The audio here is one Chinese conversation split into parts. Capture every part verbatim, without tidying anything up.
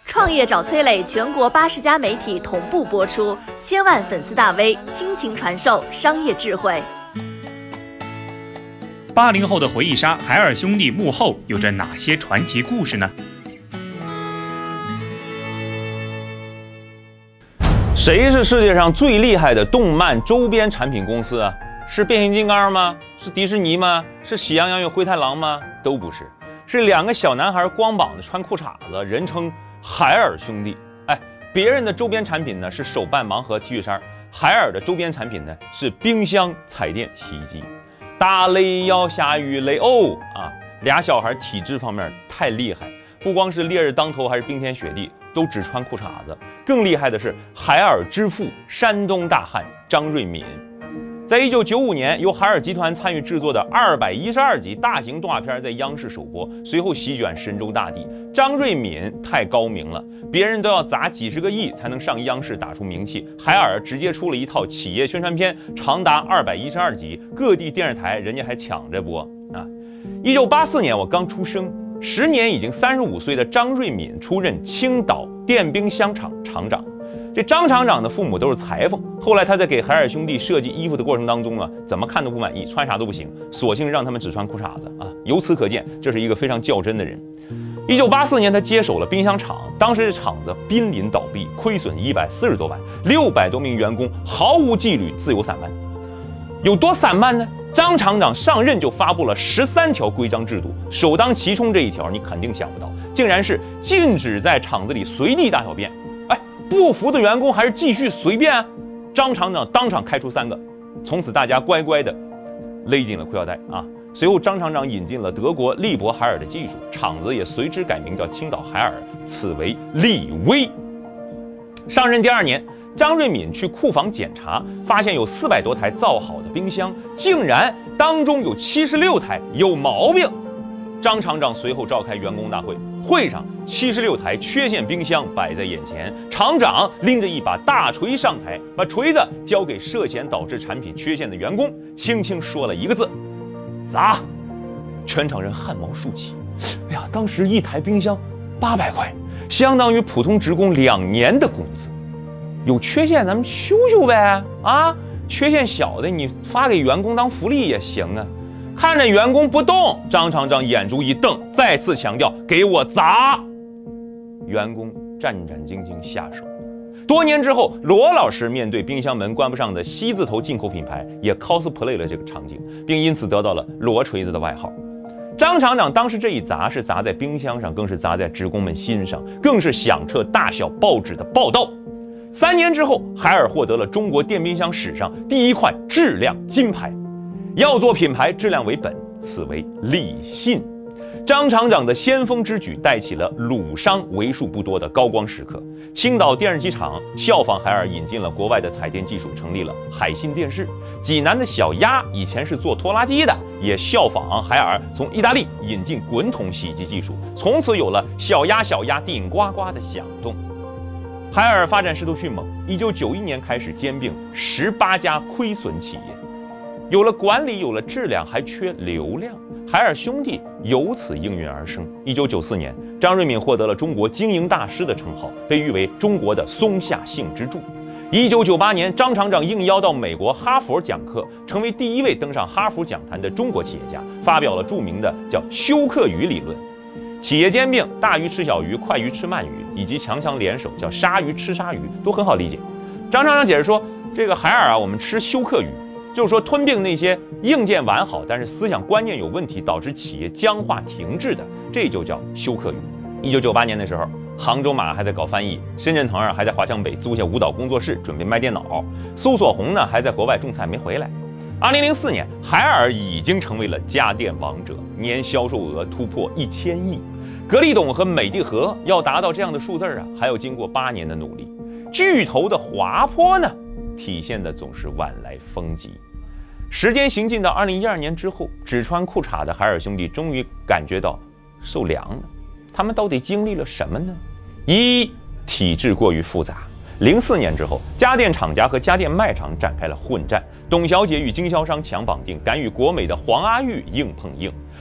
创业找崔磊，全国八十家媒体同步播出，千万粉丝大 V 倾情传授商业智慧。 八零后的回忆杀，海尔兄弟幕后有着哪些传奇故事呢？ 谁是世界上最厉害的动漫周边产品公司啊？是变形金刚吗？是迪士尼吗？是喜羊羊与灰太狼吗？都不是，是两个小男孩光膀子穿裤衩子，人称海尔兄弟。哎，别人的周边产品呢是手办盲盒 T 恤衫，海尔的周边产品呢是冰箱、彩电、洗衣机。打雷要下雨雷哦啊！俩小孩体质方面太厉害，不光是烈日当头，还是冰天雪地，都只穿裤衩子。更厉害的是海尔之父山东大汉张瑞敏。在一九九五年，由海尔集团参与制作的二百一十二集大型动画片在央视首播，随后席卷神州大地。张瑞敏太高明了，别人都要砸几十个亿才能上央视打出名气，海尔直接出了一套企业宣传片，长达二百一十二集，各地电视台人家还抢着播啊！一九八四年我刚出生，时年已经三十五岁的张瑞敏出任青岛电冰箱厂厂长。这张厂长的父母都是裁缝，后来他在给海尔兄弟设计衣服的过程当中啊，怎么看都不满意，穿啥都不行，索性让他们只穿裤衩子啊。由此可见，这是一个非常较真的人。一九八四年，他接手了冰箱厂，当时这厂子濒临倒闭，亏损一百四十多万，六百多名员工毫无纪律，自由散漫。有多散漫呢？张厂长上任就发布了十三条规章制度，首当其冲这一条，你肯定想不到，竟然是禁止在厂子里随地大小便。不服的员工还是继续随便啊！张厂长当场开除三个，从此大家乖乖的勒紧了裤腰带啊！随后张厂长引进了德国利伯海尔的技术，厂子也随之改名叫青岛海尔，此为利威。上任第二年，张瑞敏去库房检查，发现有四百多台造好的冰箱，竟然当中有七十六台有毛病。张厂长随后召开员工大会，会上七十六台缺陷冰箱摆在眼前，厂长拎着一把大锤上台，把锤子交给涉嫌导致产品缺陷的员工，轻轻说了一个字：砸！全场人汗毛竖起。哎呀，当时一台冰箱八百块，相当于普通职工两年的工资。有缺陷咱们修修呗啊！缺陷小的你发给员工当福利也行啊。看着员工不动，张厂长眼珠一瞪，再次强调：“给我砸！”员工战战兢兢下手。多年之后，罗老师面对冰箱门关不上的西字头进口品牌，也 cosplay 了这个场景，并因此得到了“罗锤子”的外号。张厂长当时这一砸是砸在冰箱上，更是砸在职工们心上，更是响彻大小报纸的报道。三年之后，海尔获得了中国电冰箱史上第一块质量金牌。要做品牌，质量为本，此为立信。张厂长的先锋之举带起了鲁商为数不多的高光时刻。青岛电视机厂效仿海尔，引进了国外的彩电技术，成立了海信电视。济南的小鸭以前是做拖拉机的，也效仿海尔从意大利引进滚筒洗衣机技术，从此有了小鸭小鸭顶呱呱的响动。海尔发展势头迅猛，一九九一年开始兼并十八家亏损企业。有了管理，有了质量，还缺流量，海尔兄弟由此应运而生。一九九四年，张瑞敏获得了中国经营大师的称号，被誉为中国的松下幸之助。一九九八年，张厂长应邀到美国哈佛讲课，成为第一位登上哈佛讲坛的中国企业家，发表了著名的叫休克鱼理论。企业兼并，大鱼吃小鱼，快鱼吃慢鱼，以及强强联手，叫鲨鱼吃鲨鱼，都很好理解。张厂长解释说，这个海尔啊，我们吃休克鱼。就是说，吞并那些硬件完好，但是思想观念有问题，导致企业僵化停滞的，这就叫休克鱼。一九九八年的时候，杭州马还在搞翻译，深圳腾还在华强北租下舞蹈工作室，准备卖电脑。苏锁红呢，还在国外种菜没回来。二零零四年，海尔已经成为了家电王者，年销售额突破一千亿。格力董和美的和要达到这样的数字啊，还要经过八年的努力。巨头的滑坡呢？体现的总是晚来风急。时间行进到二零一二年之后，只穿裤衩的海尔兄弟终于感觉到受凉了。他们到底经历了什么呢？一，体制过于复杂。零四年之后，家电厂家和家电卖场展开了混战，董小姐与经销商强绑定，敢与国美的黄阿玉硬碰硬。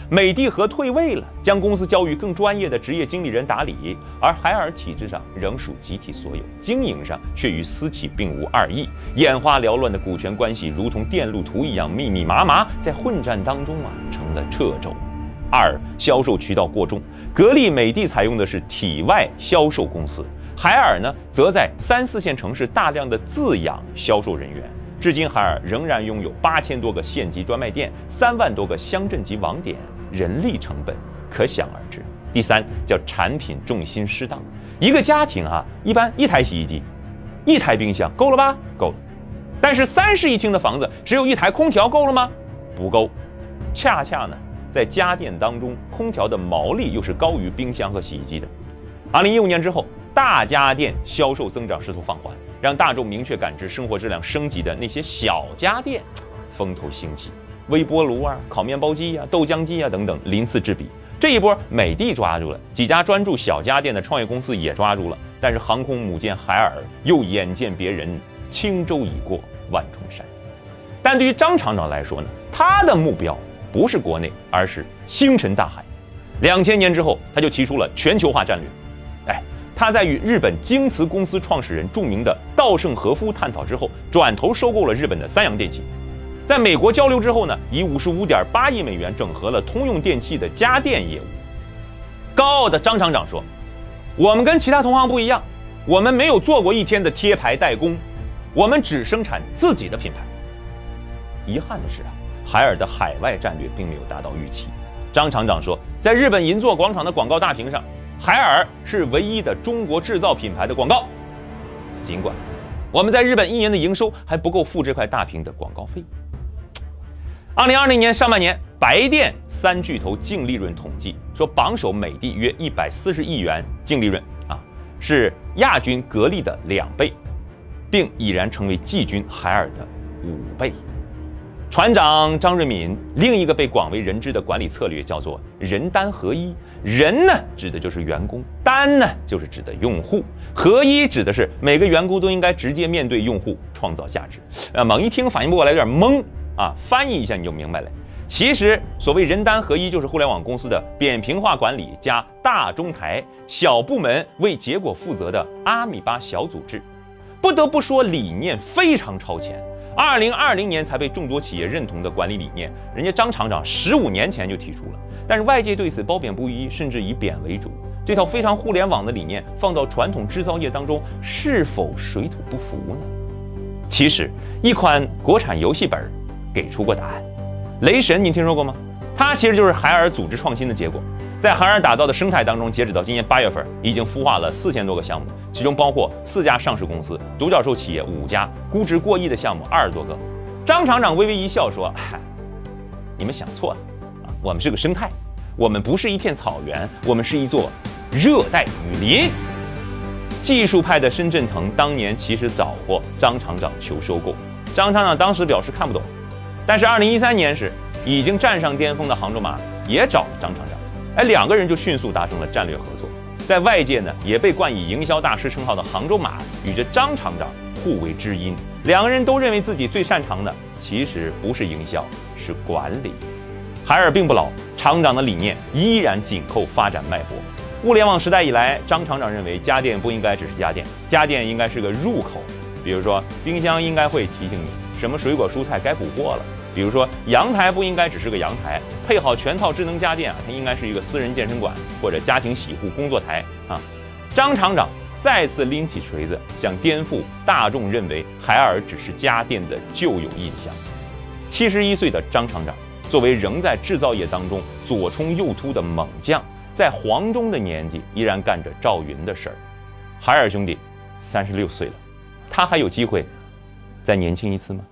美的和退位了，将公司交予更专业的职业经理人打理，而海尔体制上仍属集体所有，经营上却与私企并无二异。眼花缭乱的股权关系如同电路图一样密密麻麻，在混战当中啊成了掣肘。二、销售渠道过重，格力、美的采用的是体外销售公司，海尔呢则在三四线城市大量的自养销售人员。至今，海尔仍然拥有八千多个县级专卖店，三万多个乡镇级网点，人力成本可想而知。第三，叫产品重心失当。一个家庭啊，一般一台洗衣机、一台冰箱够了吧？够了。但是三室一厅的房子只有一台空调够了吗？不够。恰恰呢，在家电当中，空调的毛利又是高于冰箱和洗衣机的。二零一五年之后，大家电销售增长势头放缓，让大众明确感知生活质量升级的那些小家电风头兴起，微波炉啊、烤面包机啊、豆浆机啊等等鳞次栉比。这一波美的抓住了，几家专注小家电的创业公司也抓住了，但是航空母舰海尔又眼见别人轻舟已过万重山。但对于张厂长来说呢，他的目标不是国内，而是星辰大海。两千年之后，他就提出了全球化战略。哎，他在与日本京瓷公司创始人著名的稻盛和夫探讨之后，转头收购了日本的三洋电器。在美国交流之后呢，以五十五点八亿美元整合了通用电气的家电业务。高傲的张厂长说：“我们跟其他同行不一样，我们没有做过一天的贴牌代工，我们只生产自己的品牌。”遗憾的是啊，海尔的海外战略并没有达到预期。张厂长说，在日本银座广场的广告大屏上，海尔是唯一的中国制造品牌的广告。尽管我们在日本一年的营收还不够付这块大屏的广告费。二零二零年上半年，白电三巨头净利润统计说，榜首美的约一百四十亿元净利润啊，是亚军格力的两倍，并已然成为季军海尔的五倍。船长张瑞敏另一个被广为人知的管理策略叫做人单合一。人呢，指的就是员工；单呢，就是指的用户；合一指的是每个员工都应该直接面对用户，创造价值。呃，猛一听反应不过来，有点懵啊，翻译一下你就明白了。其实所谓人单合一，就是互联网公司的扁平化管理加大中台小部门为结果负责的阿米巴小组织。不得不说，理念非常超前。二零二零年才被众多企业认同的管理理念，人家张厂长十五年前就提出了，但是外界对此褒贬不一，甚至以贬为主。这套非常互联网的理念放到传统制造业当中，是否水土不服呢？其实，一款国产游戏本给出过答案。雷神，你听说过吗？它其实就是海尔组织创新的结果。在海尔打造的生态当中，截止到今年八月份，已经孵化了四千多个项目，其中包括四家上市公司、独角兽企业五家，估值过亿的项目二十多个。张厂长微微一笑说：“嗨，你们想错了啊，我们是个生态，我们不是一片草原，我们是一座热带雨林。”技术派的深圳腾当年其实找过张厂长求收购，张厂长当时表示看不懂，但是二零一三年时，已经站上巅峰的杭州马也找了张厂长。哎，两个人就迅速达成了战略合作，在外界呢也被冠以营销大师称号的杭州马与这张厂长互为知音，两个人都认为自己最擅长的其实不是营销，是管理。海尔并不老，厂长的理念依然紧扣发展脉搏。物联网时代以来，张厂长认为家电不应该只是家电，家电应该是个入口，比如说冰箱应该会提醒你什么水果蔬菜该补货了。比如说，阳台不应该只是个阳台，配好全套智能家电啊，它应该是一个私人健身馆或者家庭洗护工作台啊。张厂长再次拎起锤子，想颠覆大众认为海尔只是家电的旧有印象。七十一岁的张厂长，作为仍在制造业当中左冲右突的猛将，在黄忠的年纪依然干着赵云的事儿。海尔兄弟三十六岁了，他还有机会再年轻一次吗？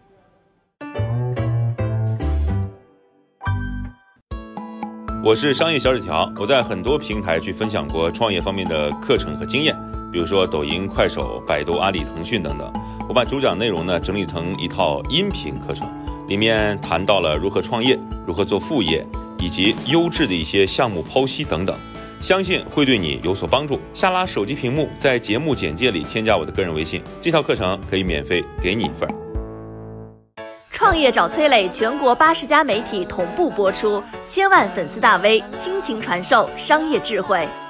我是商业小纸条，我在很多平台去分享过创业方面的课程和经验，比如说抖音、快手、百度、阿里、腾讯等等。我把主讲内容呢整理成一套音频课程，里面谈到了如何创业、如何做副业，以及优质的一些项目剖析等等，相信会对你有所帮助。下拉手机屏幕，在节目简介里添加我的个人微信，这套课程可以免费给你一份。 创业找崔磊，全国八十家媒体同步播出，千万粉丝大 V 倾情传授商业智慧。